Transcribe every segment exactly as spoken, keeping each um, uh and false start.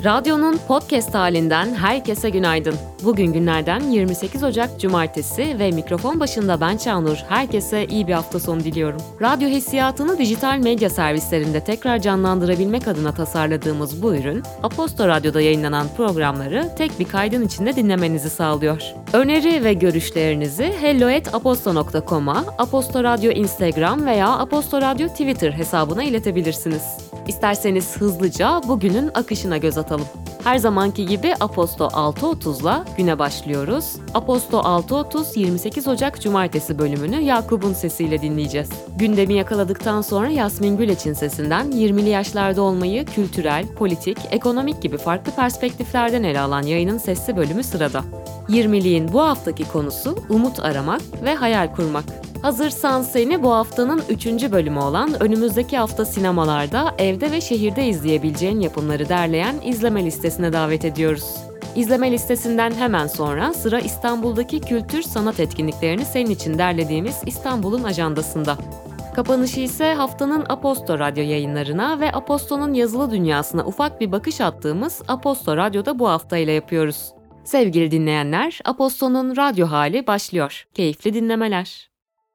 Radyonun podcast halinden herkese günaydın. Bugün günlerden yirmi sekiz Ocak Cumartesi ve mikrofon başında ben Çağnur. Herkese iyi bir hafta sonu diliyorum. Radyo hissiyatını dijital medya servislerinde tekrar canlandırabilmek adına tasarladığımız bu ürün, Aposto Radyo'da yayınlanan programları tek bir kaydın içinde dinlemenizi sağlıyor. Öneri ve görüşlerinizi hello at aposto nokta com'a, Aposto Radyo Instagram veya Aposto Radyo Twitter hesabına iletebilirsiniz. İsterseniz hızlıca bugünün akışına göz atalım. Her zamanki gibi Aposto altı otuzla güne başlıyoruz. Aposto altı otuz yirmi sekiz Ocak Cumartesi bölümünü Yakup'un sesiyle dinleyeceğiz. Gündemi yakaladıktan sonra Yasmin Güleç'in sesinden yirmili yaşlarda olmayı kültürel, politik, ekonomik gibi farklı perspektiflerden ele alan yayının sesli bölümü sırada. yirmiliğin bu haftaki konusu umut aramak ve hayal kurmak. Hazırsan seni bu haftanın üçüncü bölümü olan önümüzdeki hafta sinemalarda, evde ve şehirde izleyebileceğin yapımları derleyen izleme listesine davet ediyoruz. İzleme listesinden hemen sonra sıra İstanbul'daki kültür sanat etkinliklerini senin için derlediğimiz İstanbul'un ajandasında. Kapanışı ise haftanın Aposto Radyo yayınlarına ve Aposto'nun yazılı dünyasına ufak bir bakış attığımız Aposto Radyo'da bu haftayla yapıyoruz. Sevgili dinleyenler, Aposto'nun radyo hali başlıyor. Keyifli dinlemeler.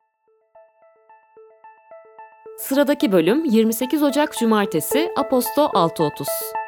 Sıradaki bölüm yirmi sekiz Ocak Cumartesi Aposto altı otuz.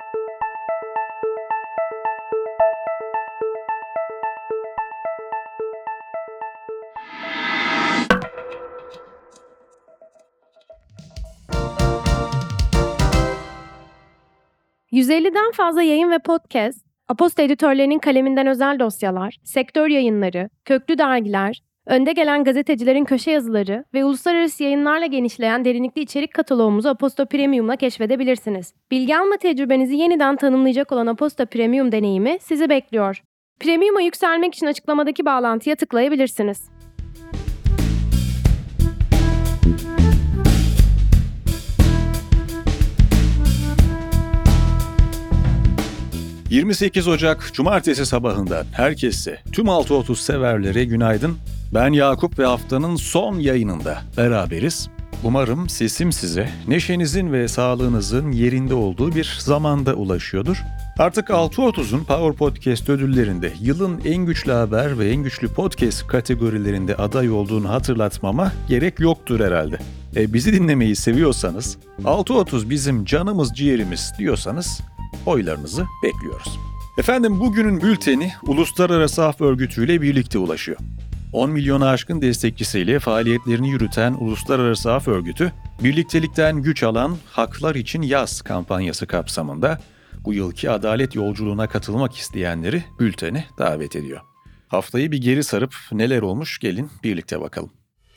yüz elliden fazla yayın ve podcast, Aposto editörlerinin kaleminden özel dosyalar, sektör yayınları, köklü dergiler, önde gelen gazetecilerin köşe yazıları ve uluslararası yayınlarla genişleyen derinlikli içerik kataloğumuzu Aposto Premium'la keşfedebilirsiniz. Bilgi alma tecrübenizi yeniden tanımlayacak olan Aposto Premium deneyimi sizi bekliyor. Premium'a yükselmek için açıklamadaki bağlantıya tıklayabilirsiniz. yirmi sekiz Ocak Cumartesi sabahından herkese, tüm altı otuz severlere günaydın. Ben Yakup ve haftanın son yayınında beraberiz. Umarım sesim size neşenizin ve sağlığınızın yerinde olduğu bir zamanda ulaşıyordur. Artık altı otuzun Power Podcast ödüllerinde yılın en güçlü haber ve en güçlü podcast kategorilerinde aday olduğunu hatırlatmama gerek yoktur herhalde. E, bizi dinlemeyi seviyorsanız, altı otuz bizim canımız ciğerimiz diyorsanız oylarınızı bekliyoruz. Efendim bugünün bülteni Uluslararası Af Örgütü ile birlikte ulaşıyor. on milyonu aşkın destekçisiyle faaliyetlerini yürüten Uluslararası Af Örgütü, birliktelikten güç alan Haklar İçin Yaz kampanyası kapsamında bu yılki adalet yolculuğuna katılmak isteyenleri bültene davet ediyor. Haftayı bir geri sarıp neler olmuş gelin birlikte bakalım.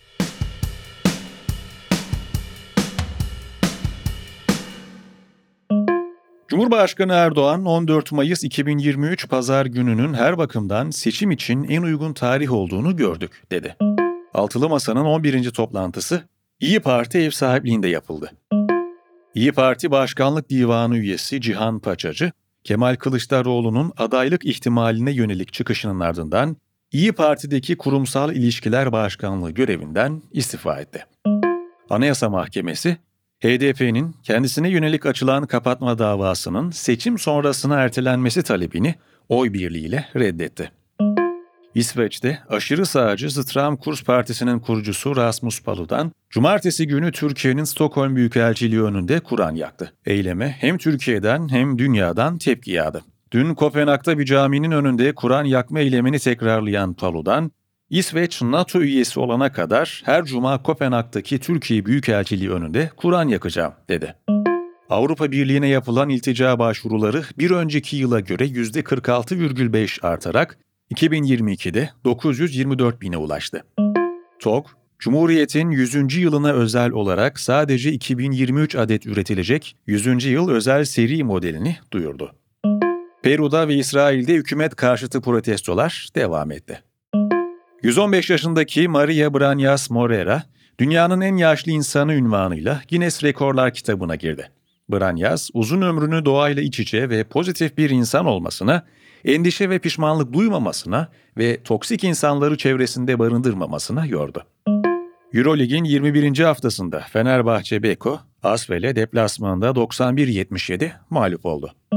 Cumhurbaşkanı Erdoğan on dört Mayıs iki bin yirmi üç Pazar gününün her bakımdan seçim için en uygun tarih olduğunu gördük, dedi. Altılı Masa'nın on birinci toplantısı İYİ Parti ev sahipliğinde yapıldı. İYİ Parti Başkanlık Divanı üyesi Cihan Paçacı, Kemal Kılıçdaroğlu'nun adaylık ihtimaline yönelik çıkışının ardından İYİ Parti'deki Kurumsal İlişkiler Başkanlığı görevinden istifa etti. Anayasa Mahkemesi, H D P'nin kendisine yönelik açılan kapatma davasının seçim sonrasına ertelenmesi talebini oy birliğiyle reddetti. İsveç'te aşırı sağcı Stramkurs Partisi'nin kurucusu Rasmus Paludan, Cumartesi günü Türkiye'nin Stockholm Büyükelçiliği önünde Kur'an yaktı. Eyleme hem Türkiye'den hem dünyadan tepki yağdı. Dün Kopenhag'da bir caminin önünde Kur'an yakma eylemini tekrarlayan Paludan, İsveç NATO üyesi olana kadar her cuma Kopenhag'daki Türkiye Büyükelçiliği önünde Kur'an yakacağım, dedi. Avrupa Birliği'ne yapılan iltica başvuruları bir önceki yıla göre yüzde kırk altı virgül beş artarak iki bin yirmi ikide dokuz yüz yirmi dört bine ulaştı. TOG, Cumhuriyet'in yüzüncü yılına özel olarak sadece iki bin yirmi üç adet üretilecek yüzüncü yıl özel seri modelini duyurdu. Peru'da ve İsrail'de hükümet karşıtı protestolar devam etti. yüz on beş yaşındaki Maria Branyas Morera, dünyanın en yaşlı insanı unvanıyla Guinness Rekorlar kitabına girdi. Branyas, uzun ömrünü doğayla iç içe ve pozitif bir insan olmasına, endişe ve pişmanlık duymamasına ve toksik insanları çevresinde barındırmamasına yordu. Eurolig'in yirmi birinci haftasında Fenerbahçe Beko, Asvel'e deplasmanda doksan bir yetmiş yedi mağlup oldu.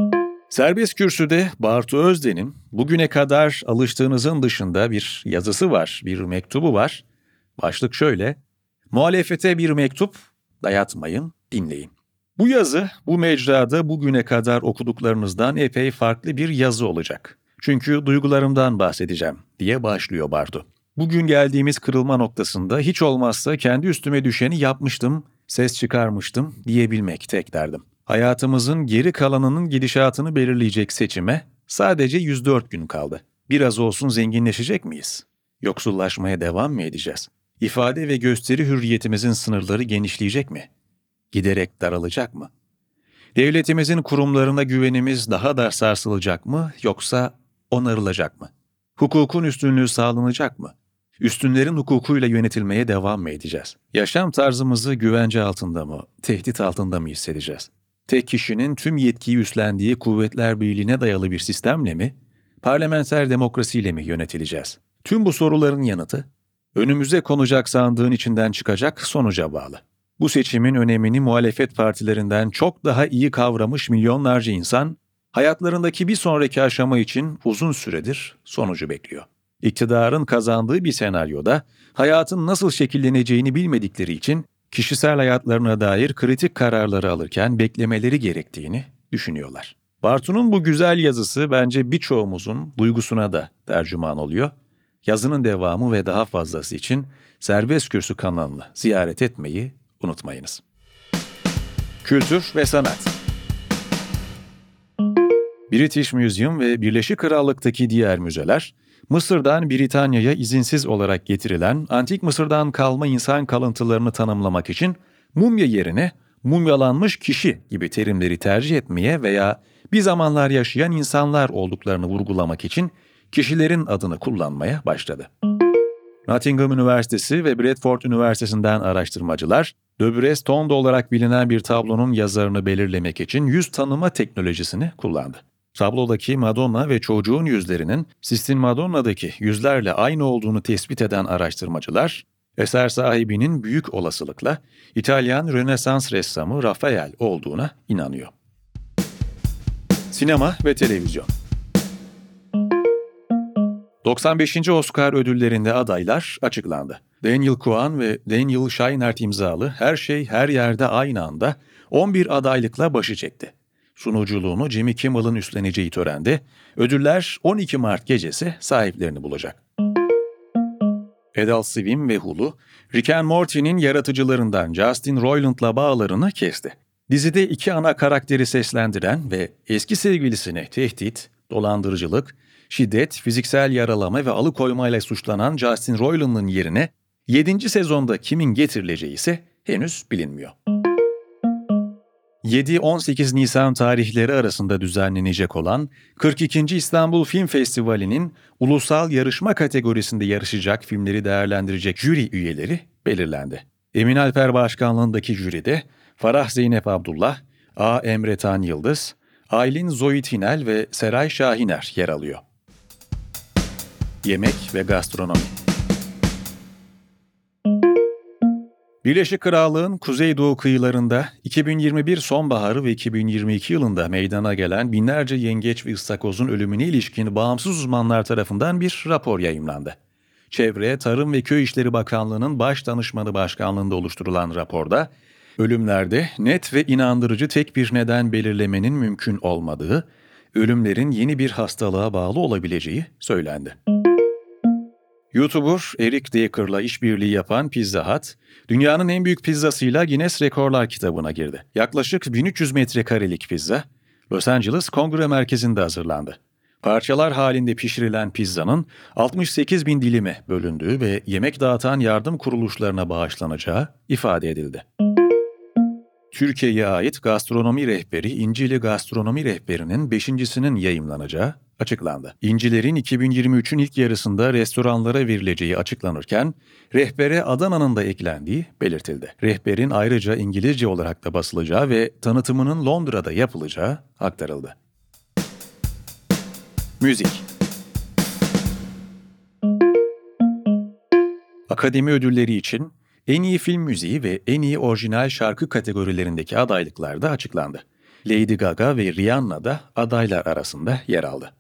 Serbest Kürsü'de Bartu Özden'in bugüne kadar alıştığınızın dışında bir yazısı var, bir mektubu var. Başlık şöyle: muhalefete bir mektup, dayatmayın, dinleyin. Bu yazı, bu mecrada bugüne kadar okuduklarınızdan epey farklı bir yazı olacak. Çünkü duygularımdan bahsedeceğim diye başlıyor Bartu. Bugün geldiğimiz kırılma noktasında hiç olmazsa kendi üstüme düşeni yapmıştım, ses çıkarmıştım diyebilmek tek derdim. Hayatımızın geri kalanının gidişatını belirleyecek seçime sadece yüz dört gün kaldı. Biraz olsun zenginleşecek miyiz? Yoksullaşmaya devam mı edeceğiz? İfade ve gösteri hürriyetimizin sınırları genişleyecek mi? Giderek daralacak mı? Devletimizin kurumlarına güvenimiz daha da sarsılacak mı yoksa onarılacak mı? Hukukun üstünlüğü sağlanacak mı? Üstünlerin hukukuyla yönetilmeye devam mı edeceğiz? Yaşam tarzımızı güvence altında mı, tehdit altında mı hissedeceğiz? Tek kişinin tüm yetkiyi üstlendiği Kuvvetler Birliği'ne dayalı bir sistemle mi, parlamenter demokrasiyle mi yönetileceğiz? Tüm bu soruların yanıtı, önümüze konacak sandığın içinden çıkacak sonuca bağlı. Bu seçimin önemini muhalefet partilerinden çok daha iyi kavramış milyonlarca insan, hayatlarındaki bir sonraki aşama için uzun süredir sonucu bekliyor. İktidarın kazandığı bir senaryoda hayatın nasıl şekilleneceğini bilmedikleri için kişisel hayatlarına dair kritik kararları alırken beklemeleri gerektiğini düşünüyorlar. Bartu'nun bu güzel yazısı bence birçoğumuzun duygusuna da tercüman oluyor. Yazının devamı ve daha fazlası için Serbest Kürsü kanalını ziyaret etmeyi unutmayınız. Kültür ve sanat. British Museum ve Birleşik Krallık'taki diğer müzeler, Mısır'dan Britanya'ya izinsiz olarak getirilen antik Mısır'dan kalma insan kalıntılarını tanımlamak için mumya yerine mumyalanmış kişi gibi terimleri tercih etmeye veya bir zamanlar yaşayan insanlar olduklarını vurgulamak için kişilerin adını kullanmaya başladı. Nottingham Üniversitesi ve Bradford Üniversitesi'nden araştırmacılar, De Brest Tondo olarak bilinen bir tablonun yazarını belirlemek için yüz tanıma teknolojisini kullandı. Tablodaki Madonna ve çocuğun yüzlerinin Sistine Madonna'daki yüzlerle aynı olduğunu tespit eden araştırmacılar, eser sahibinin büyük olasılıkla İtalyan Rönesans ressamı Rafael olduğuna inanıyor. Sinema ve televizyon. doksan beşinci Oscar ödüllerinde adaylar açıklandı. Daniel Kwan ve Daniel Scheinert imzalı Her Şey Her Yerde Aynı Anda on bir adaylıkla başı çekti. Sunuculuğunu Jimmy Kimmel'ın üstleneceği törende ödüller on iki Mart gecesi sahiplerini bulacak. Adult Swim ve Hulu, Rick and Morty'nin yaratıcılarından Justin Roiland'la bağlarını kesti. Dizide iki ana karakteri seslendiren ve eski sevgilisine tehdit, dolandırıcılık, şiddet, fiziksel yaralama ve alıkoymayla suçlanan Justin Roiland'ın yerine yedinci sezonda kimin getirileceği ise henüz bilinmiyor. yedi on sekiz Nisan tarihleri arasında düzenlenecek olan kırk ikinci İstanbul Film Festivali'nin ulusal yarışma kategorisinde yarışacak filmleri değerlendirecek jüri üyeleri belirlendi. Emin Alper başkanlığındaki jüride Farah Zeynep Abdullah, A. Emre Tan Yıldız, Aylin Zoe Tinel ve Seray Şahiner yer alıyor. Yemek ve gastronomi. Birleşik Krallık'ın kuzeydoğu kıyılarında iki bin yirmi bir sonbaharı ve iki bin yirmi iki yılında meydana gelen binlerce yengeç ve ıstakozun ölümüne ilişkin bağımsız uzmanlar tarafından bir rapor yayımlandı. Çevre, Tarım ve Köy İşleri Bakanlığı'nın baş danışmanı başkanlığında oluşturulan raporda, ölümlerde net ve inandırıcı tek bir neden belirlemenin mümkün olmadığı, ölümlerin yeni bir hastalığa bağlı olabileceği söylendi. YouTuber Eric Dacre'la işbirliği yapan Pizza Hut, dünyanın en büyük pizzasıyla Guinness Rekorlar kitabına girdi. Yaklaşık bin üç yüz metrekarelik pizza, Los Angeles Kongre Merkezi'nde hazırlandı. Parçalar halinde pişirilen pizzanın altmış sekiz bin dilime bölündüğü ve yemek dağıtan yardım kuruluşlarına bağışlanacağı ifade edildi. Türkiye'ye ait gastronomi rehberi İncili Gastronomi Rehberi'nin beşincisinin yayımlanacağı açıklandı. İncilerin iki bin yirmi üçün ilk yarısında restoranlara verileceği açıklanırken, rehbere Adana'nın da eklendiği belirtildi. Rehberin ayrıca İngilizce olarak da basılacağı ve tanıtımının Londra'da yapılacağı aktarıldı. Müzik. Akademi ödülleri için en iyi film müziği ve en iyi orijinal şarkı kategorilerindeki adaylıklar da açıklandı. Lady Gaga ve Rihanna da adaylar arasında yer aldı.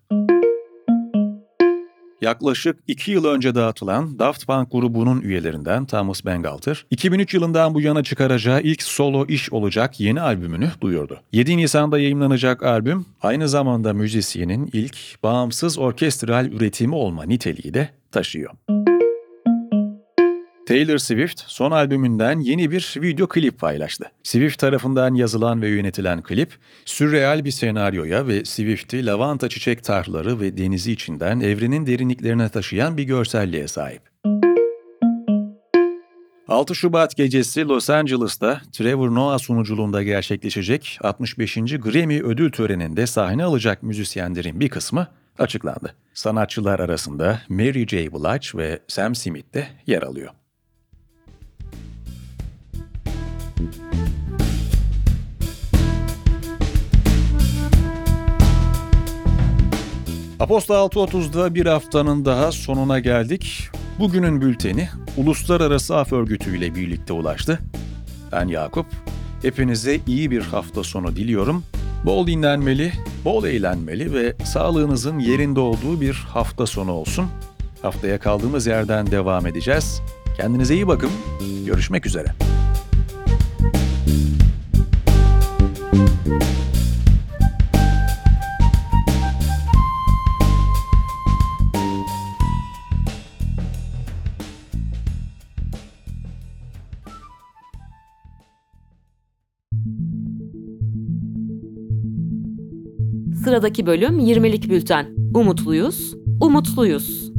Yaklaşık iki yıl önce dağıtılan Daft Punk grubunun üyelerinden Thomas Bangalter, iki bin üç yılından bu yana çıkaracağı ilk solo iş olacak yeni albümünü duyurdu. yedi Nisan'da yayımlanacak albüm, aynı zamanda müzisyenin ilk bağımsız orkestral üretimi olma niteliği de taşıyor. Taylor Swift son albümünden yeni bir video klip paylaştı. Swift tarafından yazılan ve yönetilen klip, sürreal bir senaryoya ve Swift'i lavanta çiçek tarlaları ve denizi içinden evrenin derinliklerine taşıyan bir görselliğe sahip. altı Şubat gecesi Los Angeles'ta Trevor Noah sunuculuğunda gerçekleşecek altmış beşinci Grammy ödül töreninde sahne alacak müzisyenlerin bir kısmı açıklandı. Sanatçılar arasında Mary J. Blige ve Sam Smith de yer alıyor. Aposta altı otuzda bir haftanın daha sonuna geldik. Bugünün bülteni Uluslararası Af Örgütü ile birlikte ulaştı. Ben Yakup. Hepinize iyi bir hafta sonu diliyorum. Bol dinlenmeli, bol eğlenmeli ve sağlığınızın yerinde olduğu bir hafta sonu olsun. Haftaya kaldığımız yerden devam edeceğiz. Kendinize iyi bakın. Görüşmek üzere. Sıradaki bölüm yirmilik bülten. Umutluyuz, umutluyuz.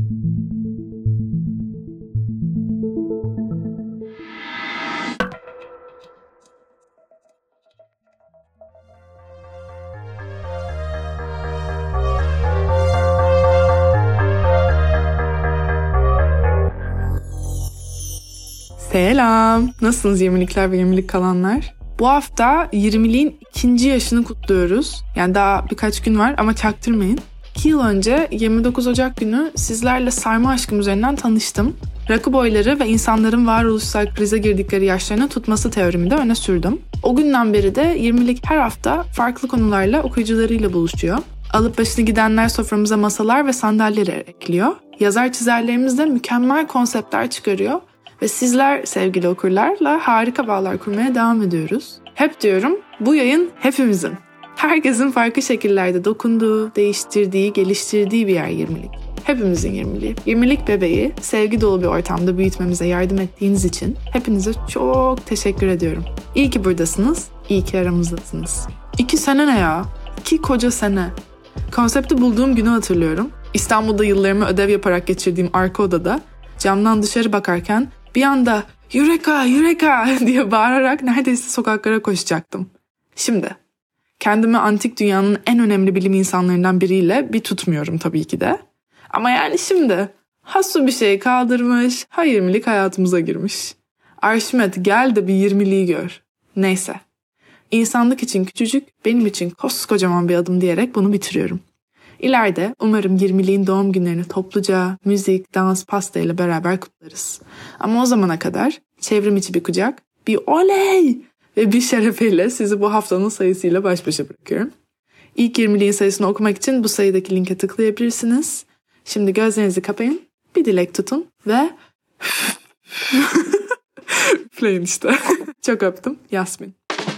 Selam. Nasılsınız yirmilikler ve yirmilik kalanlar? Bu hafta yirmiliğin ikinci yaşını kutluyoruz. Yani daha birkaç gün var ama çaktırmayın. İki yıl önce yirmi dokuz Ocak günü sizlerle sarma aşkım üzerinden tanıştım. Rakı boyları ve insanların varoluşsal krize girdikleri yaşlarını tutması teorimi de öne sürdüm. O günden beri de yirmilik her hafta farklı konularla okuyucularıyla buluşuyor. Alıp başını gidenler soframıza masalar ve sandalyeler ekliyor. Yazar çizerlerimiz de mükemmel konseptler çıkarıyor. Ve sizler sevgili okurlarla harika bağlar kurmaya devam ediyoruz. Hep diyorum, bu yayın hepimizin. Herkesin farklı şekillerde dokunduğu, değiştirdiği, geliştirdiği bir yer yirmilik. Hepimizin yirmiliği. yirmilik bebeği sevgi dolu bir ortamda büyütmemize yardım ettiğiniz için hepinize çok teşekkür ediyorum. İyi ki buradasınız, iyi ki aramızdasınız. İki sene ne ya? İki koca sene. Konsepti bulduğum günü hatırlıyorum. İstanbul'da yıllarımı ödev yaparak geçirdiğim arka odada camdan dışarı bakarken bir anda "Eureka, Eureka!" diye bağırarak neredeyse sokaklara koşacaktım. Şimdi, kendimi antik dünyanın en önemli bilim insanlarından biriyle bir tutmuyorum tabii ki de. Ama yani şimdi, ha su bir şey kaldırmış, ha yirmilik hayatımıza girmiş. Arşimet gel de bir yirmiliği gör. Neyse, insanlık için küçücük, benim için koskocaman bir adım diyerek bunu bitiriyorum. İleride umarım yirmiliğin doğum günlerini topluca, müzik, dans, pasta ile beraber kutlarız. Ama o zamana kadar çevrim içi bir kucak, bir oley ve bir şerefiyle sizi bu haftanın sayısıyla baş başa bırakıyorum. İlk yirmiliğin sayısını okumak için bu sayıdaki linke tıklayabilirsiniz. Şimdi gözlerinizi kapayın, bir dilek tutun ve üfleyin işte. Çok öptüm. Yasmin.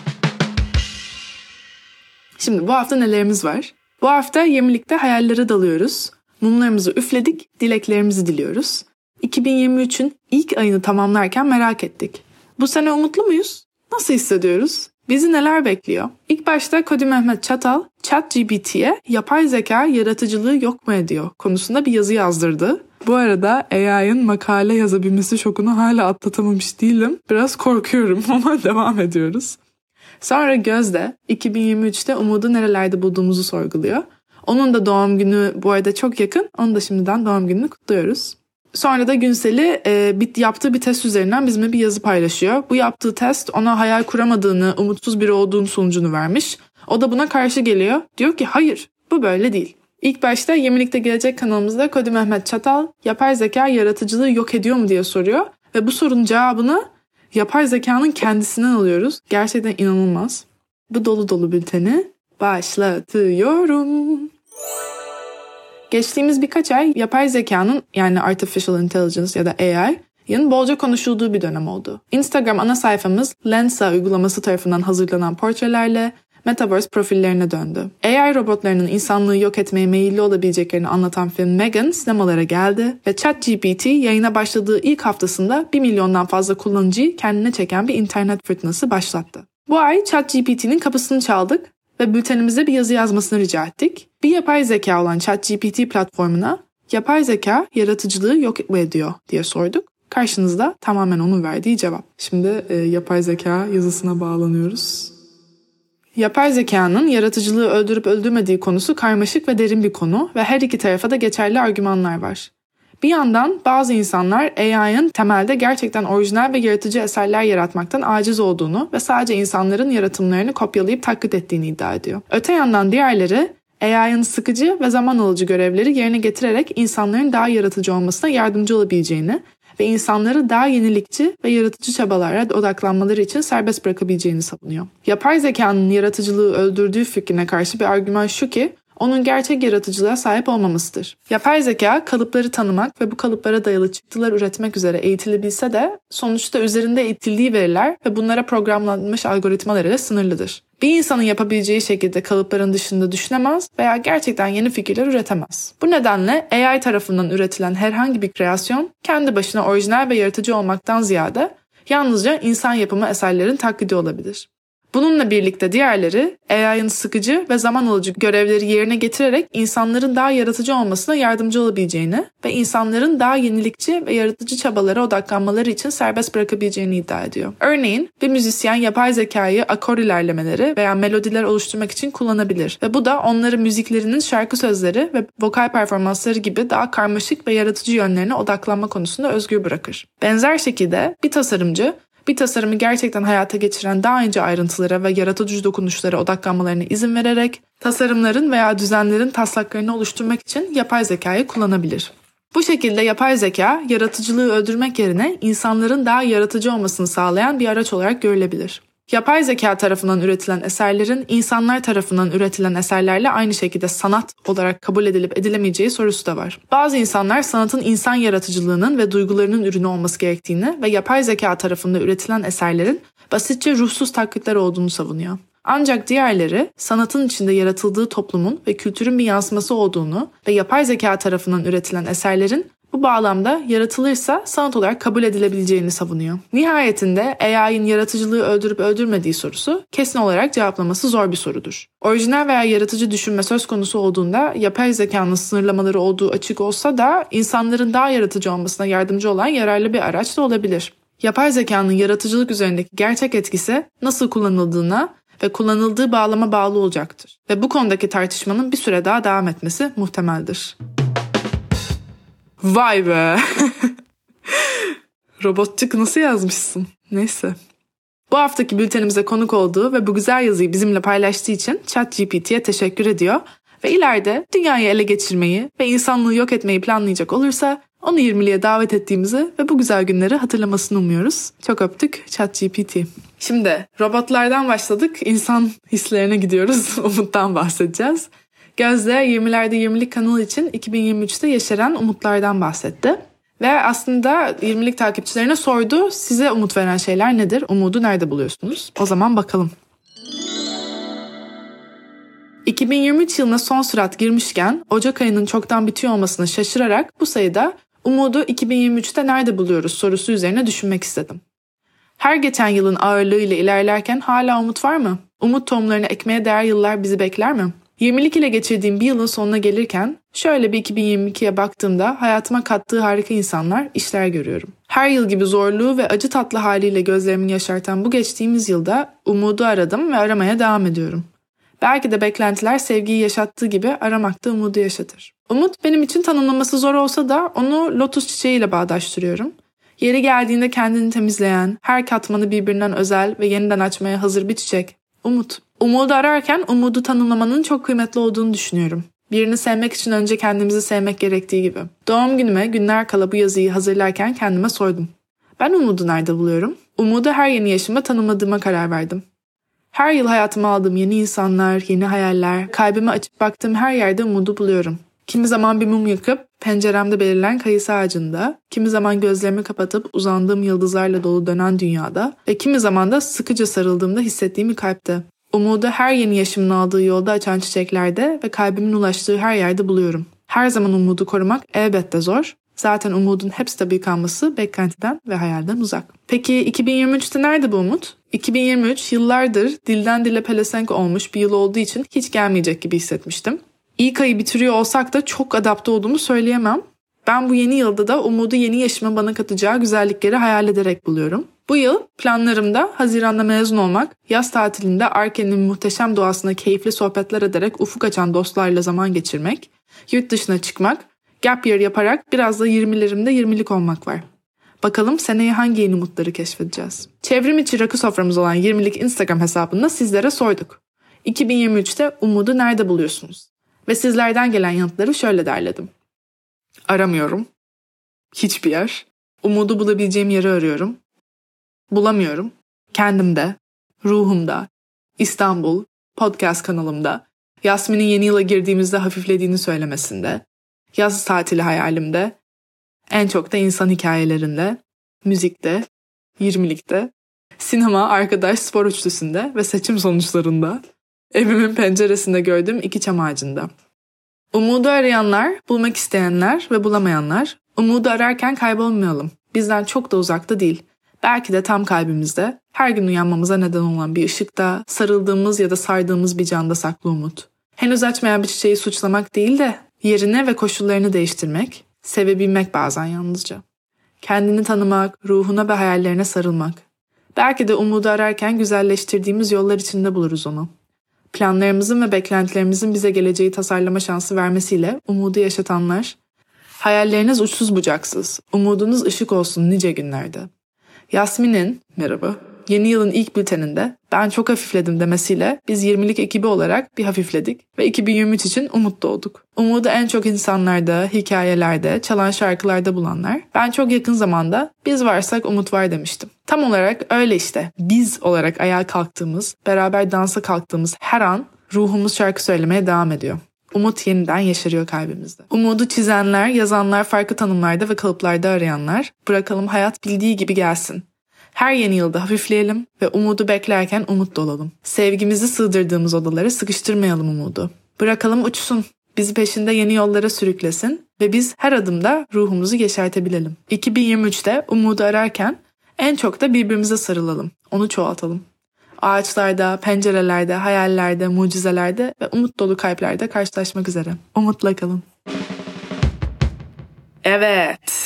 Şimdi bu hafta nelerimiz var? Bu hafta yirmilikte hayallere dalıyoruz. Mumlarımızı üfledik, dileklerimizi diliyoruz. iki bin yirmi üçün ilk ayını tamamlarken merak ettik. Bu sene umutlu muyuz? Nasıl hissediyoruz? Bizi neler bekliyor? İlk başta Kodi Mehmet Çatal, ChatGPT'ye yapay zeka yaratıcılığı yok mu ediyor konusunda bir yazı yazdırdı. Bu arada A I'ın makale yazabilmesi şokunu hala atlatamamış değilim. Biraz korkuyorum ama devam ediyoruz. Sonra Gözde iki bin yirmi üçte umudu nerelerde bulduğumuzu sorguluyor. Onun da doğum günü bu arada çok yakın. Onu da şimdiden doğum gününü kutluyoruz. Sonra da Günsel'i e, bir, yaptığı bir test üzerinden bizimle bir yazı paylaşıyor. Bu yaptığı test ona hayal kuramadığını, umutsuz biri olduğunu sonucunu vermiş. O da buna karşı geliyor. Diyor ki hayır, bu böyle değil. İlk başta Yirmilikte Gelecek kanalımızda Kodi Mehmet Çatal yapay zeka yaratıcılığı yok ediyor mu diye soruyor. Ve bu sorunun cevabını yapay zekanın kendisinden alıyoruz. Gerçekten inanılmaz. bu dolu dolu bülteni başlatıyorum. Geçtiğimiz birkaç ay yapay zekanın yani Artificial Intelligence ya da A I'ın bolca konuşulduğu bir dönem oldu. Instagram ana sayfamız Lensa uygulaması tarafından hazırlanan portrelerle Metaverse profillerine döndü. A I robotlarının insanlığı yok etmeye meyilli olabileceklerini anlatan film Megan sinemalara geldi ve ChatGPT yayına başladığı ilk haftasında bir milyondan fazla kullanıcıyı kendine çeken bir internet fırtınası başlattı. Bu ay ChatGPT'nin kapısını çaldık ve bültenimize bir yazı yazmasını rica ettik. Bir yapay zeka olan ChatGPT platformuna yapay zeka yaratıcılığı yok mu ediyor diye sorduk. Karşınızda tamamen onun verdiği cevap. Şimdi e, yapay zeka yazısına bağlanıyoruz. Yapay zekanın yaratıcılığı öldürüp öldürmediği konusu karmaşık ve derin bir konu ve her iki tarafa da geçerli argümanlar var. Bir yandan bazı insanlar A I'ın temelde gerçekten orijinal ve yaratıcı eserler yaratmaktan aciz olduğunu ve sadece insanların yaratımlarını kopyalayıp taklit ettiğini iddia ediyor. Öte yandan diğerleri A I'ın sıkıcı ve zaman alıcı görevleri yerine getirerek insanların daha yaratıcı olmasına yardımcı olabileceğini ve insanları daha yenilikçi ve yaratıcı çabalara odaklanmaları için serbest bırakabileceğini savunuyor. Yapay zekanın yaratıcılığı öldürdüğü fikrine karşı bir argüman şu ki, onun gerçek yaratıcılığa sahip olmamasıdır. Yapay zeka kalıpları tanımak ve bu kalıplara dayalı çıktılar üretmek üzere eğitilebilse de sonuçta üzerinde eğitildiği veriler ve bunlara programlanmış algoritmalar ile sınırlıdır. Bir insanın yapabileceği şekilde kalıpların dışında düşünemez veya gerçekten yeni fikirler üretemez. Bu nedenle A I tarafından üretilen herhangi bir kreasyon kendi başına orijinal ve yaratıcı olmaktan ziyade yalnızca insan yapımı eserlerin taklidi olabilir. Bununla birlikte diğerleri A I'ın sıkıcı ve zaman alıcı görevleri yerine getirerek insanların daha yaratıcı olmasına yardımcı olabileceğini ve insanların daha yenilikçi ve yaratıcı çabalara odaklanmaları için serbest bırakabileceğini iddia ediyor. Örneğin bir müzisyen yapay zekayı akor ilerlemeleri veya melodiler oluşturmak için kullanabilir ve bu da onları müziklerinin şarkı sözleri ve vokal performansları gibi daha karmaşık ve yaratıcı yönlerine odaklanma konusunda özgür bırakır. Benzer şekilde bir tasarımcı bir tasarımı gerçekten hayata geçiren daha ince ayrıntılara ve yaratıcı dokunuşlara odaklanmalarına izin vererek tasarımların veya düzenlerin taslaklarını oluşturmak için yapay zekayı kullanabilir. Bu şekilde yapay zeka, yaratıcılığı öldürmek yerine insanların daha yaratıcı olmasını sağlayan bir araç olarak görülebilir. Yapay zeka tarafından üretilen eserlerin insanlar tarafından üretilen eserlerle aynı şekilde sanat olarak kabul edilip edilemeyeceği sorusu da var. Bazı insanlar sanatın insan yaratıcılığının ve duygularının ürünü olması gerektiğini ve yapay zeka tarafından üretilen eserlerin basitçe ruhsuz taklitler olduğunu savunuyor. Ancak diğerleri sanatın içinde yaratıldığı toplumun ve kültürün bir yansıması olduğunu ve yapay zeka tarafından üretilen eserlerin bu bağlamda yaratılırsa sanat olarak kabul edilebileceğini savunuyor. Nihayetinde A I'ın yaratıcılığı öldürüp öldürmediği sorusu kesin olarak cevaplaması zor bir sorudur. Orijinal veya yaratıcı düşünme söz konusu olduğunda yapay zekanın sınırlamaları olduğu açık olsa da insanların daha yaratıcı olmasına yardımcı olan yararlı bir araç da olabilir. Yapay zekanın yaratıcılık üzerindeki gerçek etkisi nasıl kullanıldığına ve kullanıldığı bağlama bağlı olacaktır. Ve bu konudaki tartışmanın bir süre daha devam etmesi muhtemeldir. Vay be! Robotçuk nasıl yazmışsın? Neyse. Bu haftaki bültenimize konuk olduğu ve bu güzel yazıyı bizimle paylaştığı için ChatGPT'ye teşekkür ediyor ve ileride dünyayı ele geçirmeyi ve insanlığı yok etmeyi planlayacak olursa onu yirmiliğe davet ettiğimizi ve bu güzel günleri hatırlamasını umuyoruz. Çok öptük ChatGPT. Şimdi robotlardan başladık, insan hislerine gidiyoruz. Umut'tan bahsedeceğiz. Gözde yirmilerde yirmilik kanalı için iki bin yirmi üçte yeşeren umutlardan bahsetti. Ve aslında yirmilik takipçilerine sordu, size umut veren şeyler nedir? Umudu nerede buluyorsunuz? O zaman bakalım. iki bin yirmi üç yılına son sürat girmişken Ocak ayının çoktan bitiyor olmasına şaşırarak bu sayıda umudu iki bin yirmi üçte nerede buluyoruz sorusu üzerine düşünmek istedim. Her geçen yılın ağırlığıyla ilerlerken hala umut var mı? Umut tohumlarını ekmeye değer yıllar bizi bekler mi? yirmilik ile geçirdiğim bir yılın sonuna gelirken şöyle bir iki bin yirmi ikiye baktığımda hayatıma kattığı harika insanlar, işler görüyorum. Her yıl gibi zorluğu ve acı tatlı haliyle gözlerimi yaşartan bu geçtiğimiz yılda umudu aradım ve aramaya devam ediyorum. Belki de beklentiler sevgiyi yaşattığı gibi aramak da umudu yaşatır. Umut benim için tanımlaması zor olsa da onu lotus çiçeğiyle bağdaştırıyorum. Yeri geldiğinde kendini temizleyen, her katmanı birbirinden özel ve yeniden açmaya hazır bir çiçek. Umut. Umudu ararken umudu tanımlamanın çok kıymetli olduğunu düşünüyorum. Birini sevmek için önce kendimizi sevmek gerektiği gibi. Doğum günüme günler kala bu yazıyı hazırlarken kendime sordum. Ben umudu nerede buluyorum? Umudu her yeni yaşımda tanımladığıma karar verdim. Her yıl hayatıma aldığım yeni insanlar, yeni hayaller, kalbimi açıp baktığım her yerde umudu buluyorum. Kimi zaman bir mum yakıp penceremde belirilen kayısı ağacında, kimi zaman gözlerimi kapatıp uzandığım yıldızlarla dolu dönen dünyada ve kimi zaman da sıkıca sarıldığımda hissettiğim bir kalpte. Umudu her yeni yaşımın aldığı yolda açan çiçeklerde ve kalbimin ulaştığı her yerde buluyorum. Her zaman umudu korumak elbette zor. Zaten umudun hep stabil kalması beklentiden ve hayalden uzak. Peki iki bin yirmi üçte nerede bu umut? iki bin yirmi üç yıllardır dilden dile pelesenk olmuş bir yıl olduğu için hiç gelmeyecek gibi hissetmiştim. İlk ayı bitiriyor olsak da çok adapte olduğumu söyleyemem. Ben bu yeni yılda da umudu yeni yaşıma bana katacağı güzellikleri hayal ederek buluyorum. Bu yıl planlarımda Haziran'da mezun olmak, yaz tatilinde Arken'in muhteşem doğasına keyifli sohbetler ederek ufuk açan dostlarla zaman geçirmek, yurt dışına çıkmak, gap year yaparak biraz da yirmilerimde yirmilik olmak var. Bakalım seneye hangi yeni umutları keşfedeceğiz? Çevrim içi rakı soframız olan yirmilik Instagram hesabında sizlere sorduk. iki bin yirmi üçte umudu nerede buluyorsunuz? Ve sizlerden gelen yanıtları şöyle derledim. Aramıyorum. Hiçbir yer. Umudu bulabileceğim yeri arıyorum. Bulamıyorum. Kendimde, ruhumda, İstanbul, podcast kanalımda, Yasmin'in yeni yıla girdiğimizde hafiflediğini söylemesinde, yaz tatili hayalimde, en çok da insan hikayelerinde, müzikte, yirmilikte, sinema, arkadaş, spor üçlüsünde ve seçim sonuçlarında, evimin penceresinde gördüğüm iki çam ağacında. Umudu arayanlar, bulmak isteyenler ve bulamayanlar, umudu ararken kaybolmayalım. Bizden çok da uzakta değil. Belki de tam kalbimizde, her gün uyanmamıza neden olan bir ışıkta, sarıldığımız ya da sardığımız bir canda saklı umut. Henüz açmayan bir çiçeği suçlamak değil de, yerine ve koşullarını değiştirmek, sevebilmek bazen yalnızca. Kendini tanımak, ruhuna ve hayallerine sarılmak. Belki de umudu ararken güzelleştirdiğimiz yollar içinde buluruz onu. Planlarımızın ve beklentilerimizin bize geleceği tasarlama şansı vermesiyle umudu yaşatanlar, hayalleriniz uçsuz bucaksız, umudunuz ışık olsun nice günlerde. Yasmin'in, merhaba, yeni yılın ilk bülteninde ben çok hafifledim demesiyle biz yirmilik ekibi olarak bir hafifledik ve iki bin yirmi üç için umut doğduk. Umudu en çok insanlarda, hikayelerde, çalan şarkılarda bulanlar, ben çok yakın zamanda biz varsak umut var demiştim. Tam olarak öyle işte, biz olarak ayağa kalktığımız, beraber dansa kalktığımız her an ruhumuz şarkı söylemeye devam ediyor. Umut yeniden yeşeriyor kalbimizde. Umudu çizenler, yazanlar, farklı tanımlarda ve kalıplarda arayanlar, bırakalım hayat bildiği gibi gelsin. Her yeni yılda hafifleyelim ve umudu beklerken umutlu olalım. Sevgimizi sığdırdığımız odalara sıkıştırmayalım umudu. Bırakalım uçsun, bizi peşinde yeni yollara sürüklesin ve biz her adımda ruhumuzu yeşertebilelim. iki bin yirmi üçte umudu ararken en çok da birbirimize sarılalım, onu çoğaltalım. Ağaçlarda, pencerelerde, hayallerde, mucizelerde ve umut dolu kalplerde karşılaşmak üzere. Umutla kalın. Evet.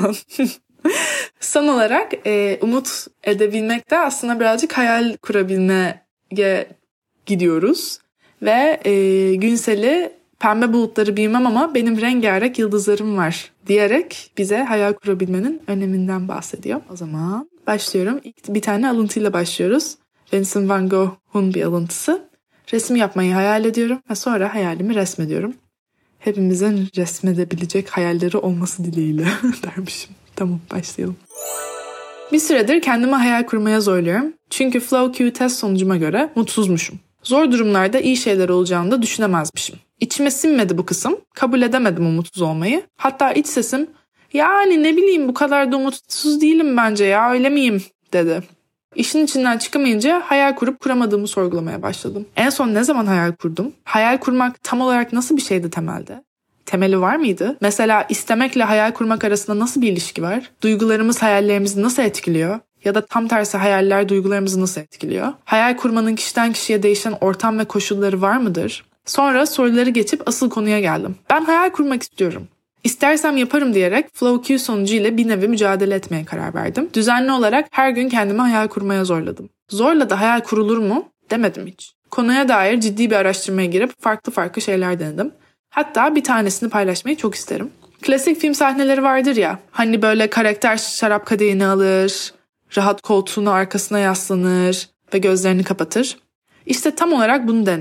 Son olarak e, umut edebilmekte aslında birazcık hayal kurabilmeye gidiyoruz. Ve e, Günsel'i pembe bulutları bilmem ama benim rengarenk yıldızlarım var diyerek bize hayal kurabilmenin öneminden bahsediyor. O zaman başlıyorum. İlk bir tane alıntıyla başlıyoruz. Vincent van Gogh'un bir alıntısı. Resim yapmayı hayal ediyorum ve sonra hayalimi resmediyorum. Hepimizin resmedebilecek hayalleri olması dileğiyle dermişim. Tamam, başlayalım. Bir süredir kendime hayal kurmaya zorluyorum. Çünkü Flow Q test sonucuma göre mutsuzmuşum. Zor durumlarda iyi şeyler olacağını da düşünemezmişim. İçime sinmedi bu kısım. Kabul edemedim o mutsuz olmayı. Hatta iç sesim, yani ne bileyim bu kadar da umutsuz değilim bence ya, öyle miyim dedi. İşin içinden çıkamayınca hayal kurup kuramadığımı sorgulamaya başladım. En son ne zaman hayal kurdum? Hayal kurmak tam olarak nasıl bir şeydi temelde? Temeli var mıydı? Mesela istemekle hayal kurmak arasında nasıl bir ilişki var? Duygularımız hayallerimizi nasıl etkiliyor? Ya da tam tersi hayaller duygularımızı nasıl etkiliyor? Hayal kurmanın kişiden kişiye değişen ortam ve koşulları var mıdır? Sonra soruları geçip asıl konuya geldim. Ben hayal kurmak istiyorum. İstersem yaparım diyerek Flow Q sonucu ile bir nevi mücadele etmeye karar verdim. Düzenli olarak her gün kendimi hayal kurmaya zorladım. Zorla da hayal kurulur mu? Demedim hiç. Konuya dair ciddi bir araştırmaya girip farklı farklı şeyler denedim. Hatta bir tanesini paylaşmayı çok isterim. Klasik film sahneleri vardır ya, hani böyle karakter şarap kadehini alır, rahat koltuğunu arkasına yaslanır ve gözlerini kapatır. İşte tam olarak bunu denedim.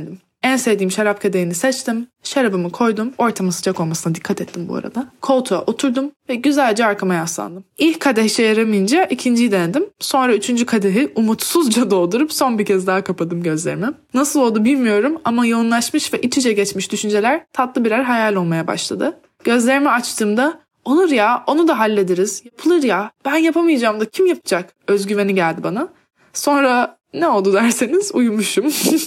En sevdiğim şarap kadehini seçtim. Şarabımı koydum. Ortamın sıcak olmasına dikkat ettim bu arada. Koltuğa oturdum ve güzelce arkama yaslandım. İlk kadeh işe yaramayınca ikinciyi denedim. Sonra üçüncü kadehi umutsuzca doldurup son bir kez daha kapadım gözlerimi. Nasıl oldu bilmiyorum ama yoğunlaşmış ve iç içe geçmiş düşünceler tatlı birer hayal olmaya başladı. Gözlerimi açtığımda olur ya, onu da hallederiz. Yapılır ya. Ben yapamayacağım da kim yapacak? Özgüveni geldi bana. Sonra ne oldu derseniz uyumuşum.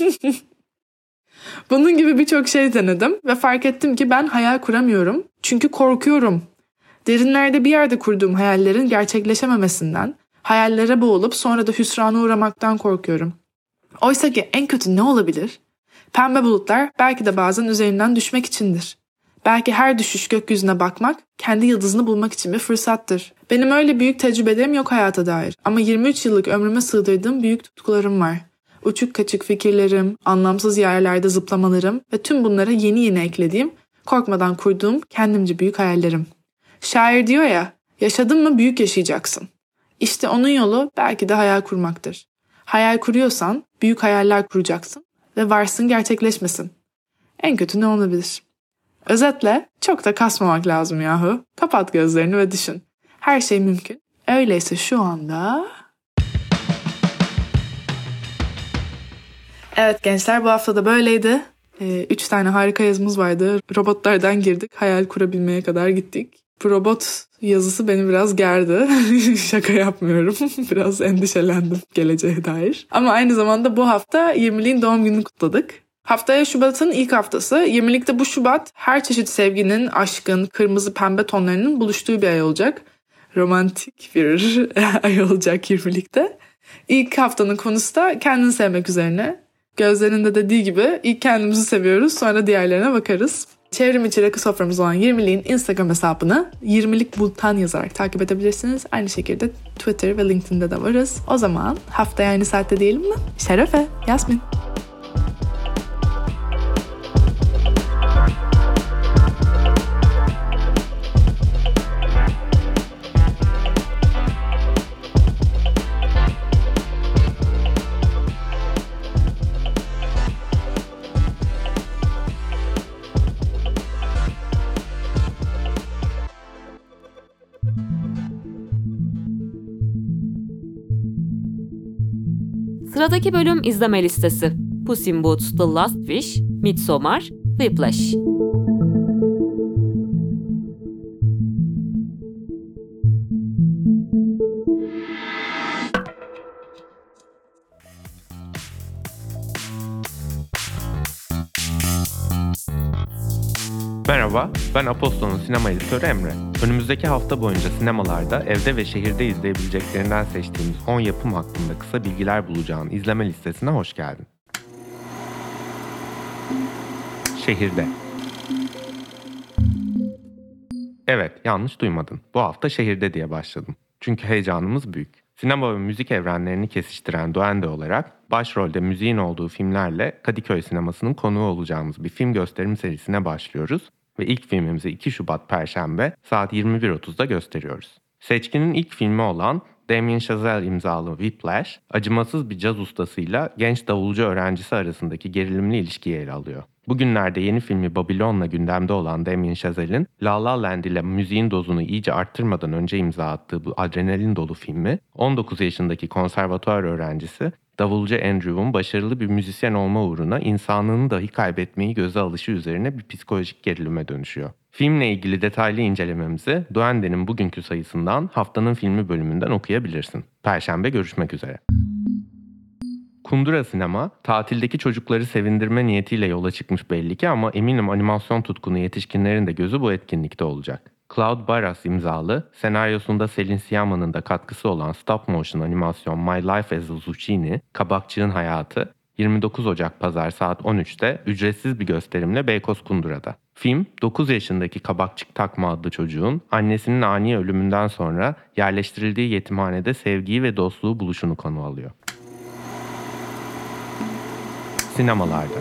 Bunun gibi birçok şey denedim ve fark ettim ki ben hayal kuramıyorum. Çünkü korkuyorum. Derinlerde bir yerde kurduğum hayallerin gerçekleşememesinden, hayallere boğulup sonra da hüsrana uğramaktan korkuyorum. Oysa ki en kötü ne olabilir? Pembe bulutlar belki de bazen üzerinden düşmek içindir. Belki her düşüş gökyüzüne bakmak, kendi yıldızını bulmak için bir fırsattır. Benim öyle büyük tecrübelerim yok hayata dair ama yirmi üç yıllık ömrüme sığdırdığım büyük tutkularım var. Uçuk kaçık fikirlerim, anlamsız yerlerde zıplamalarım ve tüm bunlara yeni yeni eklediğim, korkmadan kurduğum kendimce büyük hayallerim. Şair diyor ya, yaşadın mı büyük yaşayacaksın. İşte onun yolu belki de hayal kurmaktır. Hayal kuruyorsan büyük hayaller kuracaksın ve varsın gerçekleşmesin. En kötü ne olabilir? Özetle çok da kasmamak lazım yahu. Kapat gözlerini ve düşün. Her şey mümkün. Öyleyse şu anda... Evet gençler, bu hafta da böyleydi. Ee, üç tane harika yazımız vardı. Robotlardan girdik, hayal kurabilmeye kadar gittik. Bu robot yazısı beni biraz gerdi. Şaka yapmıyorum. Biraz endişelendim geleceğe dair. Ama aynı zamanda bu hafta yirmiliğin doğum gününü kutladık. Haftaya Şubat'ın ilk haftası. yirmilikte bu Şubat her çeşit sevginin, aşkın, kırmızı pembe tonlarının buluştuğu bir ay olacak. Romantik bir ay olacak yirmilikte. İlk haftanın konusu da kendini sevmek üzerine. Gözlerinde dediği gibi ilk kendimizi seviyoruz, sonra diğerlerine bakarız. Çevrim içi rakı soframız olan yirmiliğin Instagram hesabını yirmilik bultan yazarak takip edebilirsiniz. Aynı şekilde Twitter ve LinkedIn'de de varız. O zaman haftaya aynı saatte diyelim mi? Şerefe, Yasmin. Sıradaki bölüm izleme listesi. Puss in Boots: The Last Wish, Midsommar, Whiplash. Merhaba, ben Apostol'un sinema editörü Emre. Önümüzdeki hafta boyunca sinemalarda evde ve şehirde izleyebileceklerinden seçtiğimiz on yapım hakkında kısa bilgiler bulacağın izleme listesine hoş geldin. Şehirde. Evet, yanlış duymadın. Bu hafta şehirde diye başladım. Çünkü heyecanımız büyük. Sinema ve müzik evrenlerini kesiştiren duende olarak başrolde müziğin olduğu filmlerle Kadıköy sinemasının konuğu olacağımız bir film gösterim serisine başlıyoruz ve ilk filmimizi iki Şubat Perşembe saat yirmi bir otuzda gösteriyoruz. Seçkinin ilk filmi olan Damien Chazelle imzalı Whiplash, acımasız bir caz ustasıyla genç davulcu öğrencisi arasındaki gerilimli ilişkiyi ele alıyor. Bugünlerde yeni filmi Babylon'la gündemde olan Damien Chazelle'in La La Land ile müziğin dozunu iyice arttırmadan önce imza attığı bu adrenalin dolu filmi, on dokuz yaşındaki konservatuvar öğrencisi davulcu Andrew'un başarılı bir müzisyen olma uğruna insanlığını dahi kaybetmeyi göze alışı üzerine bir psikolojik gerilime dönüşüyor. Filmle ilgili detaylı incelememizi Duende'nin bugünkü sayısından haftanın filmi bölümünden okuyabilirsin. Perşembe görüşmek üzere. Kundura Sinema, tatildeki çocukları sevindirme niyetiyle yola çıkmış belli ki ama eminim animasyon tutkunu yetişkinlerin de gözü bu etkinlikte olacak. Cloud Barras imzalı, senaryosunda Selin Siyama'nın da katkısı olan stop motion animasyon My Life as a Zucchini, Kabakçığın Hayatı, yirmi dokuz Ocak Pazar saat on üçte ücretsiz bir gösterimle Beykoz Kundura'da. Film, dokuz yaşındaki Kabakçık Takma adlı çocuğun annesinin ani ölümünden sonra yerleştirildiği yetimhanede sevgiyi ve dostluğu buluşunu konu alıyor. Sinemalarda.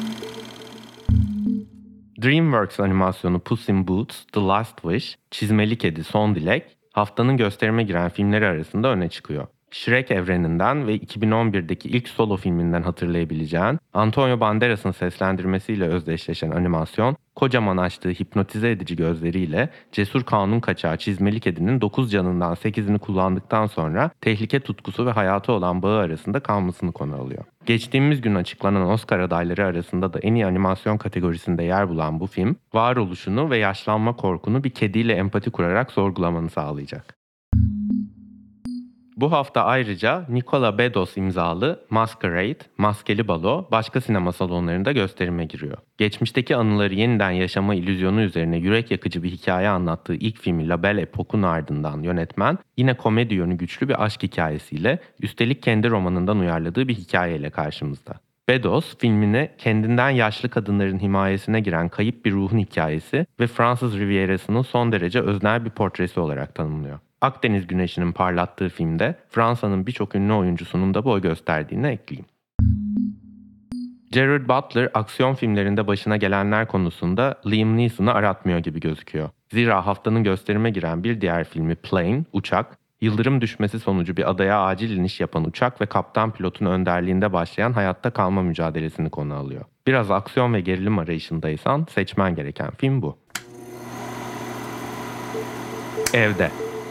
DreamWorks animasyonu Puss in Boots: The Last Wish, Çizmeli Kedi: Son Dilek, haftanın gösterime giren filmleri arasında öne çıkıyor. Shrek evreninden ve iki bin on birdeki ilk solo filminden hatırlayabileceğin, Antonio Banderas'ın seslendirmesiyle özdeşleşen animasyon, kocaman açtığı hipnotize edici gözleriyle cesur kanun kaçağı çizmeli kedinin dokuz canından sekizini kullandıktan sonra tehlike tutkusu ve hayatı olan bağı arasında kalmasını konu alıyor. Geçtiğimiz gün açıklanan Oscar adayları arasında da en iyi animasyon kategorisinde yer bulan bu film, varoluşunu ve yaşlanma korkunu bir kediyle empati kurarak sorgulamanı sağlayacak. Bu hafta ayrıca Nicola Bedos imzalı Masquerade, Maskeli Balo başka sinema salonlarında gösterime giriyor. Geçmişteki anıları yeniden yaşama illüzyonu üzerine yürek yakıcı bir hikaye anlattığı ilk filmi La Belle Époque'un ardından yönetmen yine komedi yönü güçlü bir aşk hikayesiyle, üstelik kendi romanından uyarladığı bir hikayeyle karşımızda. Bedos, filmini kendinden yaşlı kadınların himayesine giren kayıp bir ruhun hikayesi ve Fransız Rivierası'nın son derece öznel bir portresi olarak tanımlıyor. Akdeniz Güneşi'nin parlattığı filmde Fransa'nın birçok ünlü oyuncusunun da boy gösterdiğini ekleyeyim. Gerard Butler aksiyon filmlerinde başına gelenler konusunda Liam Neeson'ı aratmıyor gibi gözüküyor. Zira haftanın gösterime giren bir diğer filmi Plane, Uçak, yıldırım düşmesi sonucu bir adaya acil iniş yapan uçak ve kaptan pilotun önderliğinde başlayan hayatta kalma mücadelesini konu alıyor. Biraz aksiyon ve gerilim arayışındaysan seçmen gereken film bu. Evde.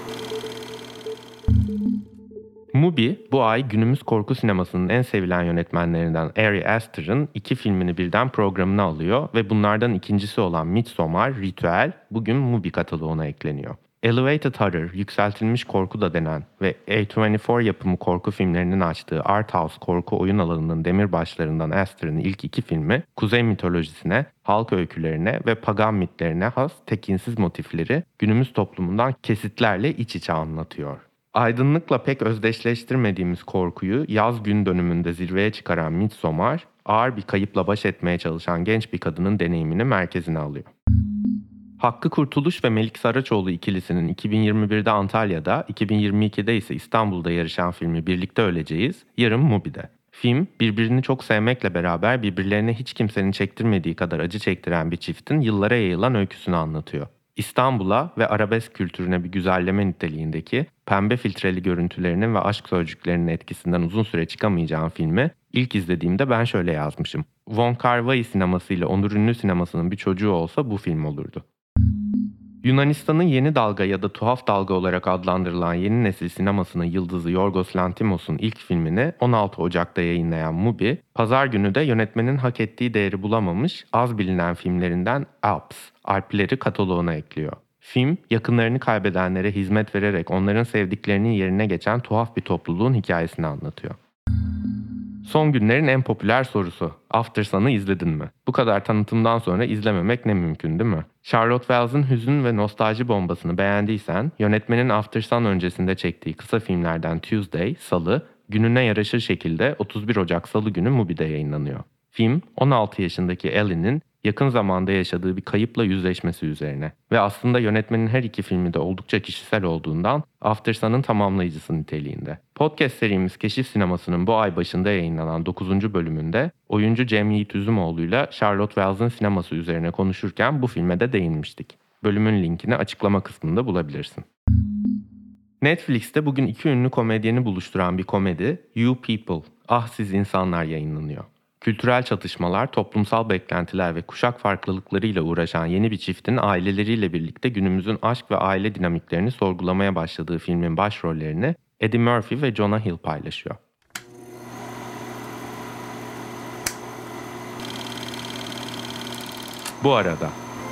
Mubi bu ay günümüz korku sinemasının en sevilen yönetmenlerinden Ari Aster'ın iki filmini birden programına alıyor ve bunlardan ikincisi olan Midsommar, Ritüel bugün Mubi kataloğuna ekleniyor. Elevated Horror, yükseltilmiş korku da denen ve A yirmi dört yapımı korku filmlerinin açtığı art house korku oyun alanının demirbaşlarından Aster'ın ilk iki filmi, kuzey mitolojisine, halk öykülerine ve pagan mitlerine has tekinsiz motifleri günümüz toplumundan kesitlerle iç içe anlatıyor. Aydınlıkla pek özdeşleştirmediğimiz korkuyu yaz gün dönümünde zirveye çıkaran Midsommar, ağır bir kayıpla baş etmeye çalışan genç bir kadının deneyimini merkezine alıyor. Hakkı Kurtuluş ve Melik Saraçoğlu ikilisinin iki bin yirmi birde Antalya'da, iki bin yirmi ikide ise İstanbul'da yarışan filmi Birlikte Öleceğiz, yarın Mubi'de. Film, birbirini çok sevmekle beraber birbirlerine hiç kimsenin çektirmediği kadar acı çektiren bir çiftin yıllara yayılan öyküsünü anlatıyor. İstanbul'a ve arabesk kültürüne bir güzelleme niteliğindeki pembe filtreli görüntülerinin ve aşk sözcüklerinin etkisinden uzun süre çıkamayacağım filmi ilk izlediğimde ben şöyle yazmışım. Wong Kar-wai sineması ile Onur Ünlü sinemasının bir çocuğu olsa bu film olurdu. Yunanistan'ın yeni dalga ya da tuhaf dalga olarak adlandırılan yeni nesil sinemasının yıldızı Yorgos Lanthimos'un ilk filmini on altı Ocak'ta yayınlayan Mubi, pazar günü de yönetmenin hak ettiği değeri bulamamış az bilinen filmlerinden Alps, Alpleri kataloğuna ekliyor. Film, yakınlarını kaybedenlere hizmet vererek onların sevdiklerinin yerine geçen tuhaf bir topluluğun hikayesini anlatıyor. Son günlerin en popüler sorusu. Aftersun'ı izledin mi? Bu kadar tanıtımdan sonra izlememek ne mümkün değil mi? Charlotte Wells'ın hüzün ve nostalji bombasını beğendiysen, yönetmenin Aftersun öncesinde çektiği kısa filmlerden Tuesday, Salı, gününe yaraşır şekilde otuz bir Ocak Salı günü Mubi'de yayınlanıyor. Film, on altı yaşındaki Ellie'nin yakın zamanda yaşadığı bir kayıpla yüzleşmesi üzerine ve aslında yönetmenin her iki filmi de oldukça kişisel olduğundan Aftersun'ın tamamlayıcısı niteliğinde. Podcast serimiz Keşif Sineması'nın bu ay başında yayınlanan dokuzuncu bölümünde oyuncu Cem Yiğit Üzümoğlu'yla Charlotte Wells'ın sineması üzerine konuşurken bu filme de değinmiştik. Bölümün linkini açıklama kısmında bulabilirsin. Netflix'te bugün iki ünlü komedyeni buluşturan bir komedi You People, Ah Siz İnsanlar yayınlanıyor. Kültürel çatışmalar, toplumsal beklentiler ve kuşak farklılıklarıyla uğraşan yeni bir çiftin aileleriyle birlikte günümüzün aşk ve aile dinamiklerini sorgulamaya başladığı filmin başrollerini Eddie Murphy ve Jonah Hill paylaşıyor. Bu arada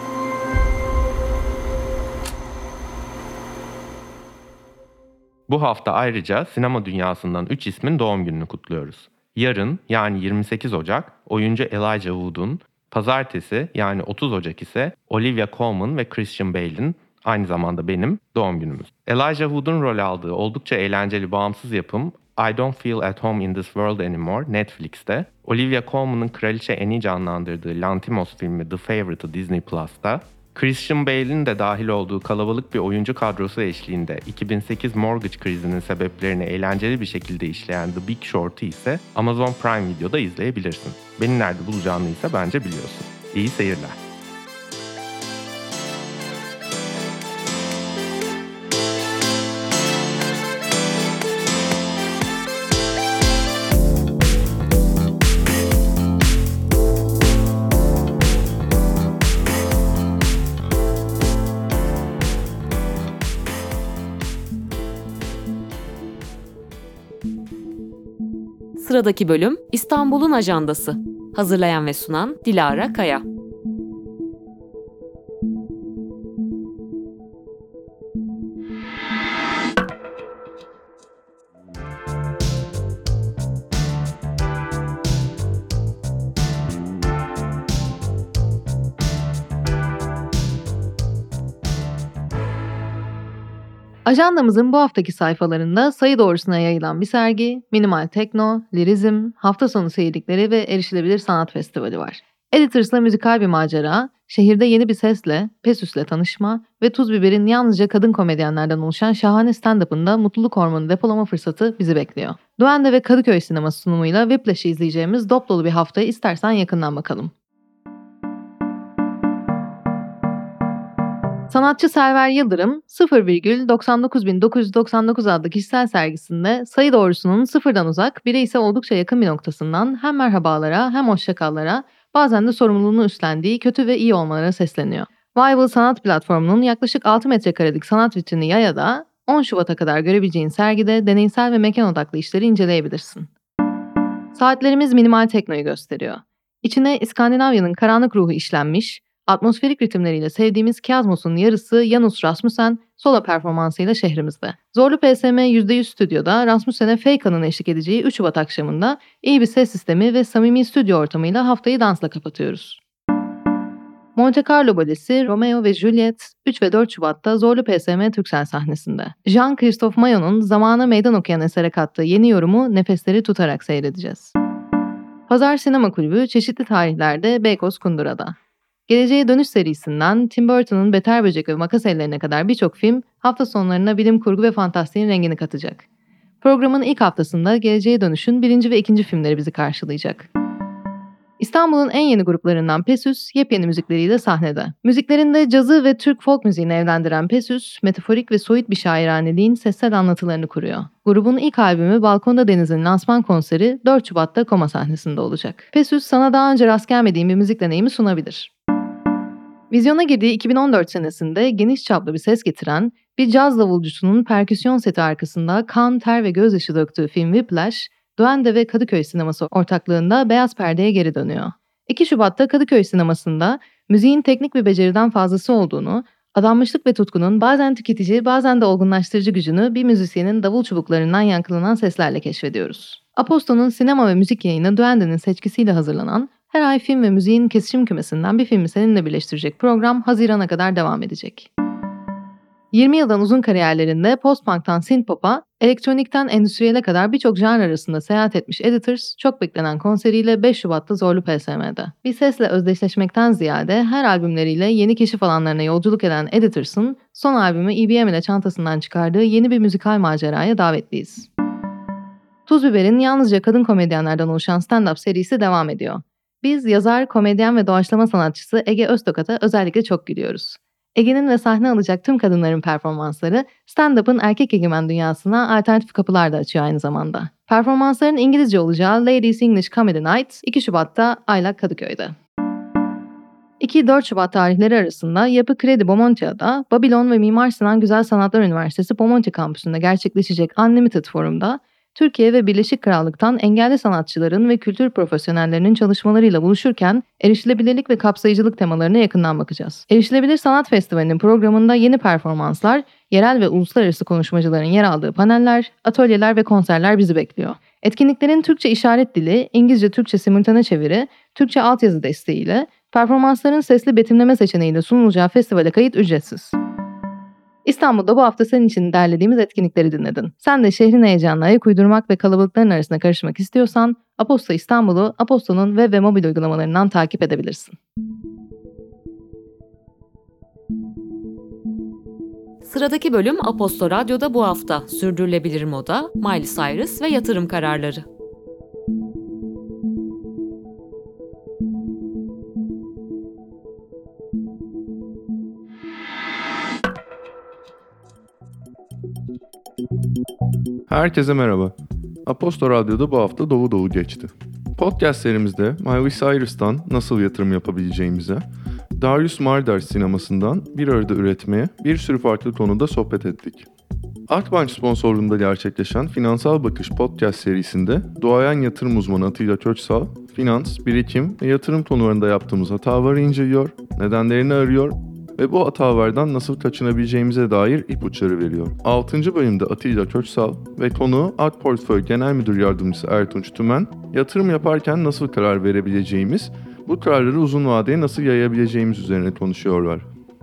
bu hafta ayrıca sinema dünyasından üç ismin doğum gününü kutluyoruz. Yarın yani yirmi sekiz Ocak oyuncu Elijah Wood'un, pazartesi yani otuz Ocak ise Olivia Colman ve Christian Bale'in, aynı zamanda benim doğum günümüz. Elijah Wood'un rol aldığı oldukça eğlenceli bağımsız yapım I Don't Feel at Home in This World Anymore Netflix'te, Olivia Colman'ın Kraliçe Annie'i canlandırdığı Lanthimos filmi The Favourite'ı Disney Plus'ta, Christian Bale'in de dahil olduğu kalabalık bir oyuncu kadrosu eşliğinde iki bin sekiz mortgage krizinin sebeplerini eğlenceli bir şekilde işleyen The Big Short'ı ise Amazon Prime Video'da izleyebilirsin. Beni nerede bulacağını ise bence biliyorsun. İyi seyirler. Sıradaki bölüm İstanbul'un ajandası. Hazırlayan ve sunan Dilara Kaya. Ajandamızın bu haftaki sayfalarında sayı doğrusuna yayılan bir sergi, minimal tekno, lirizm, hafta sonu seyirlikleri ve erişilebilir sanat festivali var. Editors'la müzikal bir macera, şehirde yeni bir sesle, Pesüs'le tanışma ve Tuz Biber'in yalnızca kadın komedyenlerden oluşan şahane stand-up'ında mutluluk hormonu depolama fırsatı bizi bekliyor. Duende ve Kadıköy sineması sunumuyla Whiplash'ı izleyeceğimiz dop dolu bir haftayı istersen yakından bakalım. Sanatçı Selver Yıldırım, sıfır virgül doksan dokuz bin dokuz yüz doksan dokuz adlı kişisel sergisinde sayı doğrusunun sıfırdan uzak, bire ise oldukça yakın bir noktasından hem merhabalara hem hoşçakallara, bazen de sorumluluğunu üstlendiği kötü ve iyi olmalara sesleniyor. Vival Sanat Platformu'nun yaklaşık altı metrekarelik sanat vitrini Yaya'da, on Şubat'a kadar görebileceğin sergide deneysel ve mekan odaklı işleri inceleyebilirsin. Saatlerimiz minimal teknoyu gösteriyor. İçine İskandinavya'nın karanlık ruhu işlenmiş, atmosferik ritimleriyle sevdiğimiz Kiasmos'un yarısı Janus Rasmussen solo performansıyla şehrimizde. Zorlu P S M yüzde yüz stüdyoda Rasmussen'e Feyka'nın eşlik edeceği üç Şubat akşamında iyi bir ses sistemi ve samimi stüdyo ortamıyla haftayı dansla kapatıyoruz. Monte Carlo Balesi, Romeo ve Juliet üç ve dört Şubat'ta Zorlu P S M Türksel sahnesinde. Jean-Christophe Mayon'un zamana meydan okuyan esere kattığı yeni yorumu nefesleri tutarak seyredeceğiz. Pazar Sinema Kulübü çeşitli tarihlerde Beykoz Kundura'da. Geleceğe Dönüş serisinden Tim Burton'un Beter Böcek ve Makas Ellerine kadar birçok film hafta sonlarına bilim kurgu ve fantastiğin rengini katacak. Programın ilk haftasında Geleceğe Dönüş'ün birinci ve ikinci filmleri bizi karşılayacak. İstanbul'un en yeni gruplarından Pesüs, yepyeni müzikleriyle sahnede. Müziklerinde cazı ve Türk folk müziğini evlendiren Pesüs, metaforik ve soyut bir şairaneliğin sessel anlatılarını kuruyor. Grubun ilk albümü Balkonda Deniz'in lansman konseri dört Şubat'ta Koma sahnesinde olacak. Pesüs, sana daha önce rast gelmediğin bir müzik deneyimi sunabilir. Vizyona girdiği iki bin on dört senesinde geniş çaplı bir ses getiren, bir caz davulcusunun perküsyon seti arkasında kan, ter ve gözyaşı döktüğü film Whiplash, Duende ve Kadıköy sineması ortaklığında beyaz perdeye geri dönüyor. iki Şubat'ta Kadıköy sinemasında müziğin teknik bir beceriden fazlası olduğunu, adanmışlık ve tutkunun bazen tüketici bazen de olgunlaştırıcı gücünü bir müzisyenin davul çubuklarından yankılanan seslerle keşfediyoruz. Aposto'nun sinema ve müzik yayını Duende'nin seçkisiyle hazırlanan, her ay film ve müziğin kesişim kümesinden bir filmi seninle birleştirecek program Haziran'a kadar devam edecek. yirmi yıldan uzun kariyerlerinde post-punk'tan synth-pop'a, elektronikten endüstriyele kadar birçok janr arasında seyahat etmiş Editors, çok beklenen konseriyle beş Şubat'ta Zorlu P S M'de. Bir sesle özdeşleşmekten ziyade her albümleriyle yeni keşif alanlarına yolculuk eden Editors'ın son albümü E B M ile çantasından çıkardığı yeni bir müzikal maceraya davetliyiz. Tuz Biber'in yalnızca kadın komedyenlerden oluşan stand-up serisi devam ediyor. Biz yazar, komedyen ve doğaçlama sanatçısı Ege Öztokat'a özellikle çok gülüyoruz. Ege'nin ve sahne alacak tüm kadınların performansları stand-up'ın erkek egemen dünyasına alternatif kapılar da açıyor aynı zamanda. Performansların İngilizce olacağı Ladies English Comedy Night iki Şubat'ta Aylak Kadıköy'de. iki dört Şubat tarihleri arasında Yapı Kredi Bomontia'da, Babylon ve Mimar Sinan Güzel Sanatlar Üniversitesi Bomonti kampüsünde gerçekleşecek Unlimited Forum'da Türkiye ve Birleşik Krallık'tan engelli sanatçıların ve kültür profesyonellerinin çalışmalarıyla buluşurken erişilebilirlik ve kapsayıcılık temalarına yakından bakacağız. Erişilebilir Sanat Festivali'nin programında yeni performanslar, yerel ve uluslararası konuşmacıların yer aldığı paneller, atölyeler ve konserler bizi bekliyor. Etkinliklerin Türkçe işaret dili, İngilizce-Türkçe simultane çeviri, Türkçe altyazı desteğiyle, performansların sesli betimleme seçeneğiyle sunulacağı festivale kayıt ücretsiz. İstanbul'da bu hafta senin için derlediğimiz etkinlikleri dinledin. Sen de şehrin heyecanına ayak uydurmak ve kalabalıkların arasına karışmak istiyorsan Aposto İstanbul'u Aposto'nun web ve mobil uygulamalarından takip edebilirsin. Sıradaki bölüm Aposto Radyo'da bu hafta sürdürülebilir moda, Miley Cyrus ve yatırım kararları. Herkese merhaba. Aposto Radyo'da bu hafta Doğu Doğu geçti. Podcast serimizde Miley Cyrus'tan nasıl yatırım yapabileceğimize, Darius Marder sinemasından bir arada üretmeye bir sürü farklı konuda sohbet ettik. Akbank sponsorluğunda gerçekleşen Finansal Bakış Podcast serisinde duayen yatırım uzmanı Atilla Köksal, finans, birikim ve yatırım konularında yaptığımız hataları inceliyor, nedenlerini arıyor ve bu hatalardan nasıl kaçınabileceğimize dair ipuçları veriyor. altıncı bölümde Atilla Köksal ve konuğu Ak Portföy Genel Müdür Yardımcısı Ertunç Tümen, yatırım yaparken nasıl karar verebileceğimiz, bu kararları uzun vadeye nasıl yayabileceğimiz üzerine konuşuyorlar.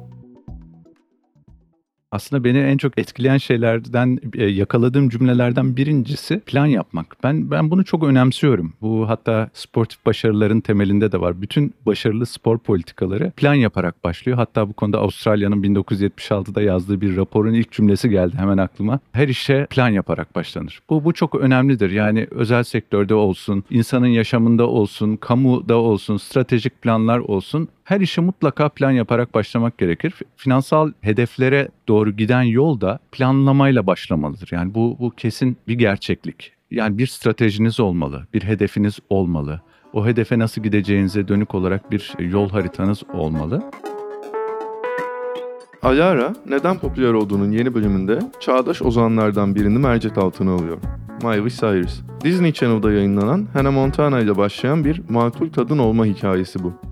Aslında beni en çok etkileyen şeylerden, e, yakaladığım cümlelerden birincisi plan yapmak. Ben ben bunu çok önemsiyorum. Bu hatta sportif başarıların temelinde de var. Bütün başarılı spor politikaları plan yaparak başlıyor. Hatta bu konuda Avustralya'nın bin dokuz yüz yetmiş altıda yazdığı bir raporun ilk cümlesi geldi hemen aklıma. Her işe plan yaparak başlanır. Bu bu çok önemlidir. Yani özel sektörde olsun, insanın yaşamında olsun, kamuda olsun, stratejik planlar olsun. Her işe mutlaka plan yaparak başlamak gerekir. Finansal hedeflere doğru giden yol da planlamayla başlamalıdır. Yani bu, bu kesin bir gerçeklik. Yani bir stratejiniz olmalı, bir hedefiniz olmalı. O hedefe nasıl gideceğinize dönük olarak bir yol haritanız olmalı. Alara, neden popüler olduğunun yeni bölümünde çağdaş ozanlardan birini mercek altına alıyor. Miley Cyrus. Disney Channel'da yayınlanan Hannah Montana ile başlayan bir makul kadın olma hikayesi bu.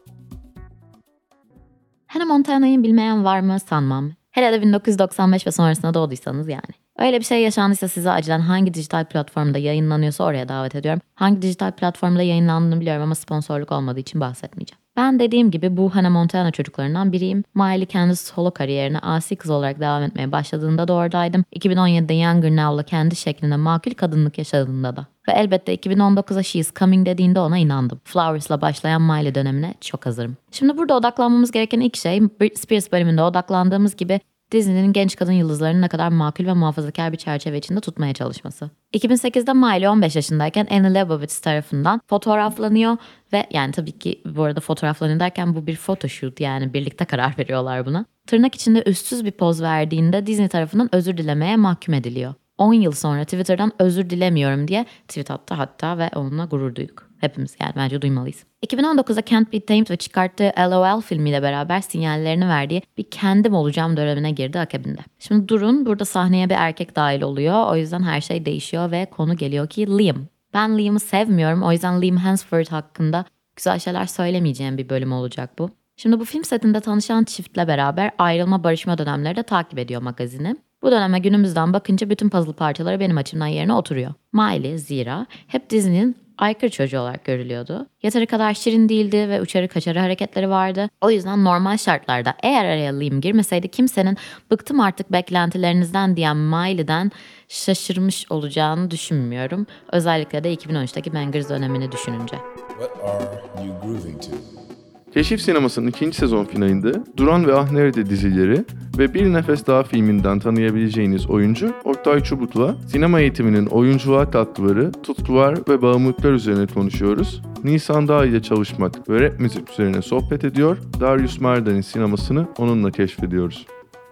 Hannah Montana'yı bilmeyen var mı sanmam. Hele de bin dokuz yüz doksan beş ve sonrasında doğduysanız yani. Öyle bir şey yaşandıysa size acilen hangi dijital platformda yayınlanıyorsa oraya davet ediyorum. Hangi dijital platformda yayınlandığını biliyorum ama sponsorluk olmadığı için bahsetmeyeceğim. Ben dediğim gibi bu Hannah Montana çocuklarından biriyim. Miley kendi solo kariyerine asi kız olarak devam etmeye başladığında da oradaydım. iki bin on yedide Younger Now'la kendi şeklinde makul kadınlık yaşadığında da. Ve elbette iki bin on dokuzda She is Coming dediğinde ona inandım. Flowers'la başlayan Miley dönemine çok hazırım. Şimdi burada odaklanmamız gereken ilk şey, Britney Spears bölümünde odaklandığımız gibi Disney'nin genç kadın yıldızlarını ne kadar makul ve muhafazakar bir çerçeve içinde tutmaya çalışması. iki bin sekizde Miley on beş yaşındayken Annie Leibovitz tarafından fotoğraflanıyor ve yani tabii ki bu arada fotoğraflanıyor derken bu bir photoshoot, yani birlikte karar veriyorlar buna. Tırnak içinde üstsüz bir poz verdiğinde Disney tarafından özür dilemeye mahkum ediliyor. on yıl sonra Twitter'dan özür dilemiyorum diye tweet attı hatta ve onunla gurur duyduk. Hepimiz yani bence duymalıyız. iki bin on dokuzda Can't Be Tamed ve çıkarttığı L O L filmiyle beraber sinyallerini verdiği bir kendim olacağım dönemine girdi akabinde. Şimdi durun, burada sahneye bir erkek dahil oluyor. O yüzden her şey değişiyor ve konu geliyor ki Liam. Ben Liam'ı sevmiyorum, o yüzden Liam Hemsworth hakkında güzel şeyler söylemeyeceğim bir bölüm olacak bu. Şimdi bu film setinde tanışan çiftle beraber ayrılma barışma dönemleri de takip ediyor magazini. Bu döneme günümüzden bakınca bütün puzzle parçaları benim açımdan yerine oturuyor. Miley zira hep Disney'nin aykırı çocuğu olarak görülüyordu. Yeteri kadar şirin değildi ve uçarı kaçarı hareketleri vardı. O yüzden normal şartlarda eğer araya Liam girmeseydi kimsenin bıktım artık beklentilerinizden diyen Miley'den şaşırmış olacağını düşünmüyorum. Özellikle de iki bin on üçteki Bangers dönemini düşününce. What are you grooving to? Keşif Sineması'nın ikinci sezon finalinde Duran ve Ah Nerede dizileri ve Bir Nefes Daha filminden tanıyabileceğiniz oyuncu Oktay Çubuk'la sinema eğitiminin oyunculuğa katkıları, tutkular ve bağımlılıklar üzerine konuşuyoruz. Nisan Dağ ile çalışmak ve rap müzik üzerine sohbet ediyor. Darius Mardan'ın sinemasını onunla keşfediyoruz.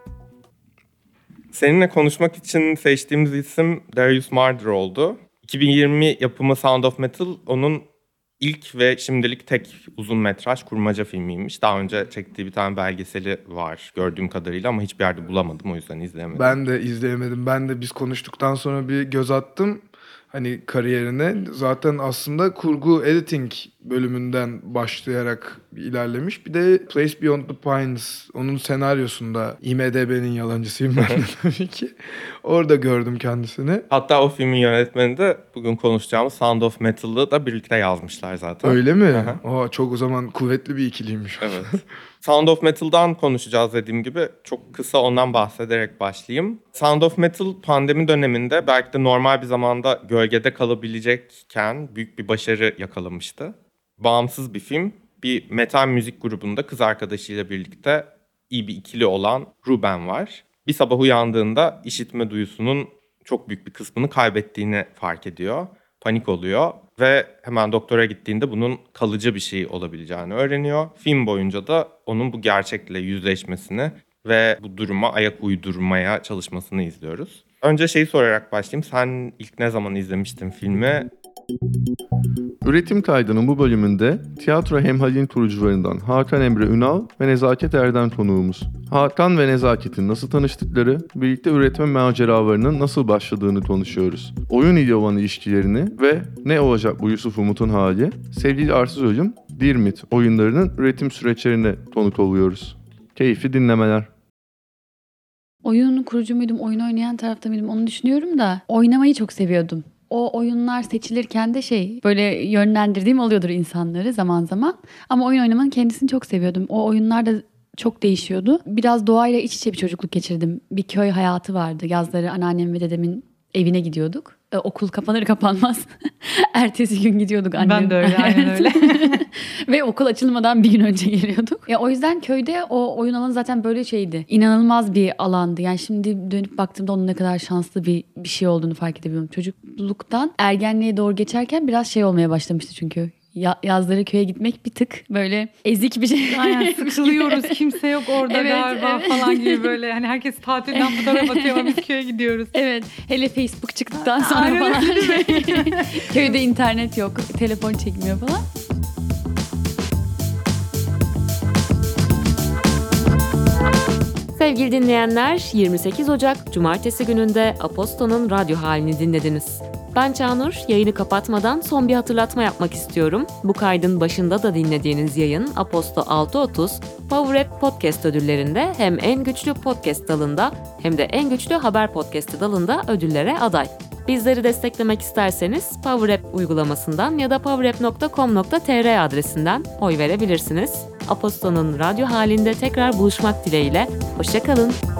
Seninle konuşmak için seçtiğimiz isim Darius Marder oldu. iki bin yirmi yapımı Sound of Metal onun İlk ve şimdilik tek uzun metraj kurmaca filmiymiş. Daha önce çektiği bir tane belgeseli var gördüğüm kadarıyla ama hiçbir yerde bulamadım, o yüzden izleyemedim. Ben de izleyemedim. Ben de biz konuştuktan sonra bir göz attım hani kariyerine. Zaten aslında kurgu editing bölümünden başlayarak ilerlemiş. Bir de Place Beyond the Pines, onun senaryosunda I M D B'nin yalancısıyım ben de tabii ki. Orada gördüm kendisini. Hatta o filmin yönetmeni de bugün konuşacağımız Sound of Metal'ı da birlikte yazmışlar zaten. Öyle mi? Oha, çok o zaman kuvvetli bir ikiliymiş. Evet. Sound of Metal'dan konuşacağız dediğim gibi. Çok kısa ondan bahsederek başlayayım. Sound of Metal pandemi döneminde belki de normal bir zamanda gölgede kalabilecekken büyük bir başarı yakalamıştı. Bağımsız bir film. Bir metal müzik grubunda kız arkadaşıyla birlikte iyi bir ikili olan Ruben var. Bir sabah uyandığında işitme duyusunun çok büyük bir kısmını kaybettiğini fark ediyor. Panik oluyor ve hemen doktora gittiğinde bunun kalıcı bir şey olabileceğini öğreniyor. Film boyunca da onun bu gerçekle yüzleşmesini ve bu duruma ayak uydurmaya çalışmasını izliyoruz. Önce şeyi sorarak başlayayım. Sen ilk ne zaman izlemiştin filmi? Üretim Kaydı'nın bu bölümünde tiyatro hemhalin kurucularından Hakan Emre Ünal ve Nezaket Erdem konuğumuz. Hakan ve Nezaket'in nasıl tanıştıkları, birlikte üretme maceralarının nasıl başladığını konuşuyoruz. Oyun ile olan ilişkilerini ve ne olacak bu Yusuf Umut'un hali, sevgili Arsız Ölüm, Dirmit oyunlarının üretim süreçlerine konuk oluyoruz. Keyifli dinlemeler. Oyun kurucu muydum, oyun oynayan tarafta mıydım onu düşünüyorum da oynamayı çok seviyordum. O oyunlar seçilirken de şey böyle yönlendirdiğim oluyordur insanları zaman zaman. Ama oyun oynamanın kendisini çok seviyordum. O oyunlar da çok değişiyordu. Biraz doğayla iç içe bir çocukluk geçirdim. Bir köy hayatı vardı. Yazları anneannem ve dedemin evine gidiyorduk. Ee, okul kapanır kapanmaz. Ertesi gün gidiyorduk annem. Ben de öyle, aynen öyle. Ve okul açılmadan bir gün önce geliyorduk. Ya o yüzden köyde o oyun alanı zaten böyle şeydi. İnanılmaz bir alandı. Yani şimdi dönüp baktığımda onun ne kadar şanslı bir bir şey olduğunu fark edebiliyorum. Çocukluktan ergenliğe doğru geçerken biraz şey olmaya başlamıştı çünkü. Ya, yazları köye gitmek bir tık böyle ezik bir şey. Aynen sıkılıyoruz, kimse yok orada Evet, galiba evet. falan gibi böyle. Hani herkes tatilden fotoğraf atıyor ama biz köye gidiyoruz. Evet, hele Facebook çıktıktan sonra Aynen falan. öyle. Köyde internet yok, telefon çekmiyor falan. Sevgili dinleyenler, yirmi sekiz Ocak Cumartesi gününde Aposto'nun radyo halini dinlediniz. Ben Çağnur, yayını kapatmadan son bir hatırlatma yapmak istiyorum. Bu kaydın başında da dinlediğiniz yayın Aposto altı otuz Power Rap Podcast ödüllerinde hem en güçlü podcast dalında hem de en güçlü haber podcastı dalında ödüllere aday. Bizleri desteklemek isterseniz Power Rap uygulamasından ya da powerrap nokta com nokta tr adresinden oy verebilirsiniz. Aposto'nun radyo halinde tekrar buluşmak dileğiyle. Hoşça kalın.